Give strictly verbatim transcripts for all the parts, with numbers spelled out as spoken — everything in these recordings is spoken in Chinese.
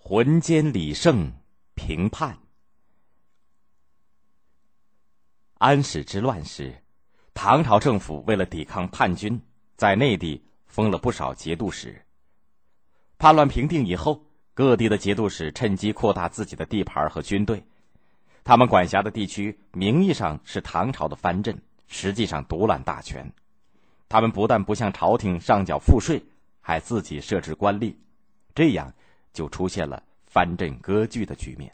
浑奸李胜平叛。安史之乱时，唐朝政府为了抵抗叛军，在内地封了不少节度使。叛乱平定以后，各地的节度使趁机扩大自己的地盘和军队。他们管辖的地区名义上是唐朝的藩镇，实际上独揽大权。他们不但不向朝廷上缴赋税，还自己设置官吏，这样就出现了藩镇割据的局面。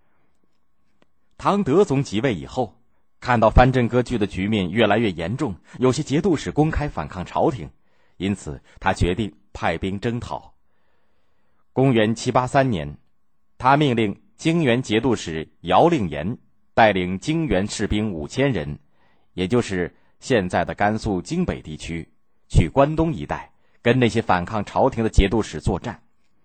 唐德宗即位以后，看到藩镇割据的局面越来越严重，有些节度使公开反抗朝廷，因此他决定派兵征讨。公元七八三年，他命令泾原节度使姚令言带领泾原士兵五千人，也就是现在的甘肃京北地区，去关东一带跟那些反抗朝廷的节度使作战。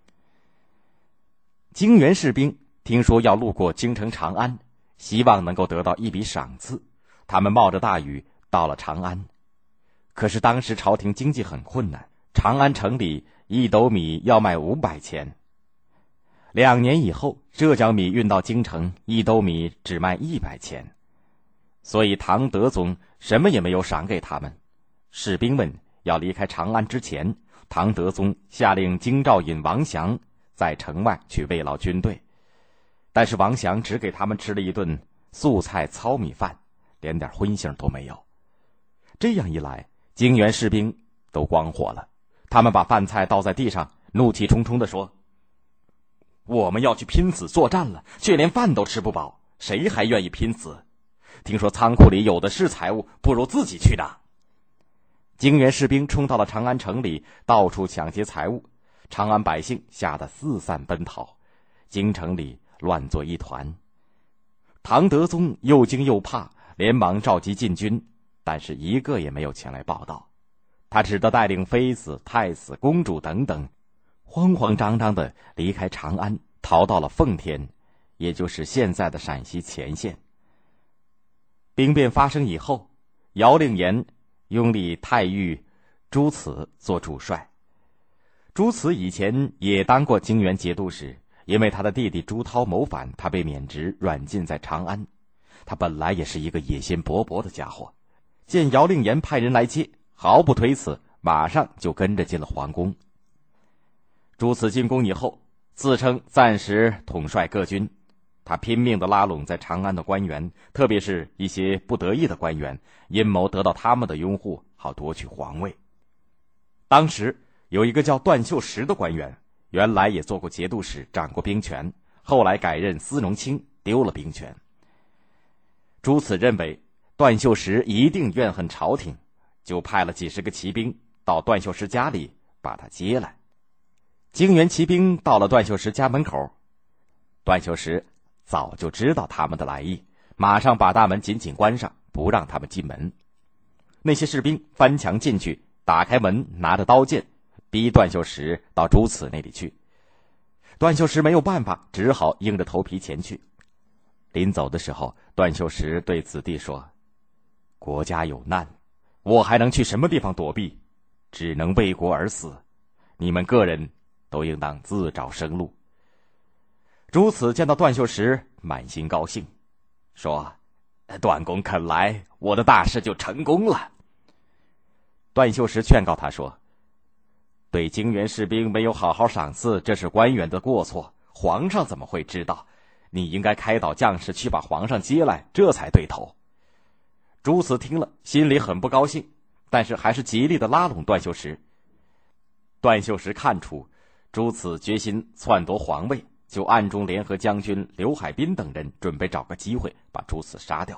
泾原士兵听说要路过京城长安，希望能够得到一笔赏赐，他们冒着大雨到了长安。可是当时朝廷经济很困难，长安城里一斗米要卖五百钱。两年以后，浙江米运到京城，一斗米只卖一百钱。所以唐德宗什么也没有赏给他们。士兵们要离开长安之前，唐德宗下令京兆尹王祥在城外去慰劳军队，但是王祥只给他们吃了一顿素菜糙米饭，连点荤腥都没有。这样一来，泾原士兵都光火了，他们把饭菜倒在地上，怒气冲冲地说：我们要去拼死作战了，却连饭都吃不饱，谁还愿意拼死？听说仓库里有的是财物，不如自己去拿。泾原士兵冲到了长安城里，到处抢劫财物，长安百姓吓得四散奔逃，京城里乱作一团。唐德宗又惊又怕，连忙召集禁军，但是一个也没有前来报道。他只得带领妃子、太子、公主等等，慌慌张张地离开长安，逃到了奉天，也就是现在的陕西乾县。兵变发生以后，姚令言拥立太尉朱慈做主帅。朱慈以前也当过泾原节度使，因为他的弟弟朱涛谋反，他被免职，软禁在长安。他本来也是一个野心勃勃的家伙，见姚令言派人来接，毫不推辞，马上就跟着进了皇宫。朱慈进宫以后，自称暂时统帅各军，他拼命地拉拢在长安的官员，特别是一些不得意的官员，阴谋得到他们的拥护，好夺取皇位。当时有一个叫段秀实的官员，原来也做过节度使，掌过兵权，后来改任司农卿，丢了兵权。朱慈认为段秀实一定怨恨朝廷，就派了几十个骑兵到段秀实家里把他接来。泾原骑兵到了段秀实家门口，段秀实早就知道他们的来意，马上把大门紧紧关上，不让他们进门。那些士兵翻墙进去，打开门，拿着刀剑，逼段秀实到朱慈那里去。段秀实没有办法，只好硬着头皮前去。临走的时候，段秀实对子弟说：国家有难，我还能去什么地方躲避？只能为国而死，你们个人都应当自找生路。朱慈见到段秀实，满心高兴，说：段公肯来，我的大事就成功了。段秀实劝告他说：对泾原士兵没有好好赏赐，这是官员的过错，皇上怎么会知道？你应该开导将士去把皇上接来，这才对头。朱慈听了，心里很不高兴，但是还是极力的拉拢段秀实。段秀实看出朱慈决心篡夺皇位，就暗中联合将军刘海滨等人，准备找个机会把朱慈杀掉。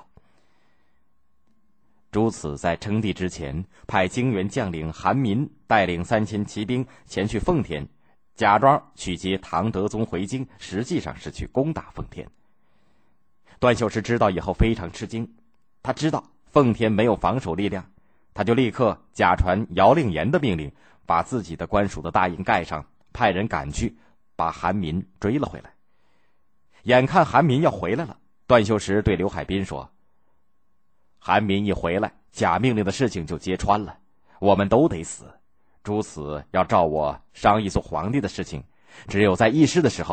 朱慈在称帝之前，派泾原将领韩民带领三千骑兵前去奉天，假装去接唐德宗回京，实际上是去攻打奉天。段秀实知道以后非常吃惊，他知道奉天没有防守力量，他就立刻假传姚令言的命令，把自己的官署的大印盖上，派人赶去把韩民追了回来。眼看韩民要回来了，段秀实对刘海滨说：韩民一回来，假命令的事情就揭穿了，我们都得死。朱慈要照我商议做皇帝的事情，只有在议事的时候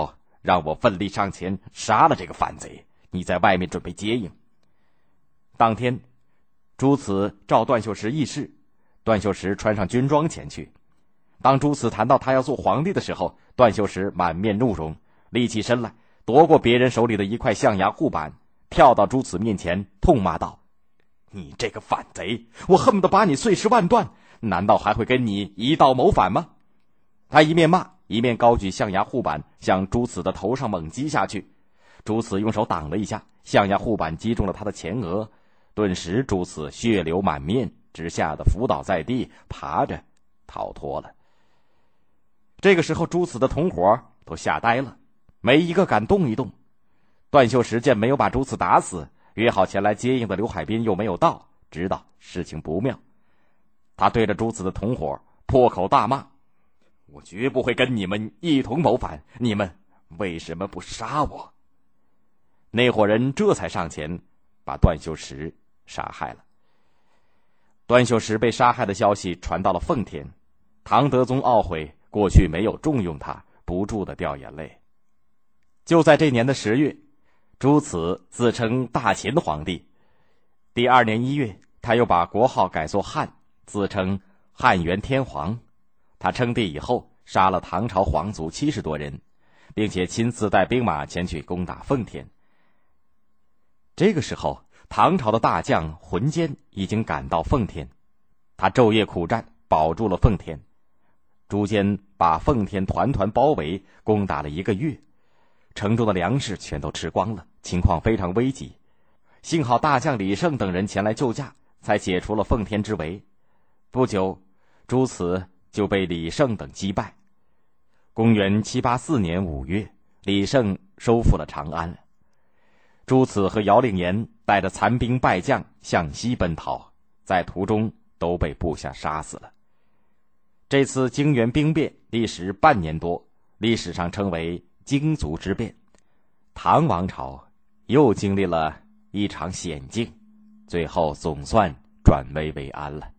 让我奋力上前杀了这个反贼，你在外面准备接应。当天，朱慈召段秀实议事，段秀实穿上军装前去。当朱慈谈到他要做皇帝的时候，段秀实满面怒容，立起身来，夺过别人手里的一块象牙护板，跳到朱慈面前，痛骂道：你这个反贼，我恨不得把你碎尸万段，难道还会跟你一道谋反吗？他一面骂，一面高举象牙护板向朱慈的头上猛击下去。朱慈用手挡了一下，象牙护板击中了他的前额，顿时朱慈血流满面，只吓得伏倒在地，爬着逃脱了。这个时候，朱慈的同伙都吓呆了，没一个敢动一动。段秀实见没有把朱慈打死，约好前来接应的刘海滨又没有到，知道事情不妙。他对着朱慈的同伙破口大骂：我绝不会跟你们一同谋反，你们为什么不杀我？那伙人这才上前把段秀实杀害了。段秀实被杀害的消息传到了奉天，唐德宗懊悔过去没有重用他，不住地掉眼泪。就在这年的十月，朱慈自称大秦皇帝。第二年一月，他又把国号改作汉，自称汉元天皇。他称帝以后，杀了唐朝皇族七十多人，并且亲自带兵马前去攻打奉天。这个时候，唐朝的大将浑坚已经赶到奉天，他昼夜苦战，保住了奉天。朱坚把奉天团团包围，攻打了一个月，城中的粮食全都吃光了，情况非常危急。幸好大将李胜等人前来救驾，才解除了奉天之围。不久，朱慈就被李胜等击败。公元七八四年五月，李胜收复了长安。朱慈和姚令言带着残兵败将向西奔逃，在途中都被部下杀死了。这次泾原兵变历时半年多，历史上称为泾卒之变。唐王朝又经历了一场险境，最后总算转危为安了。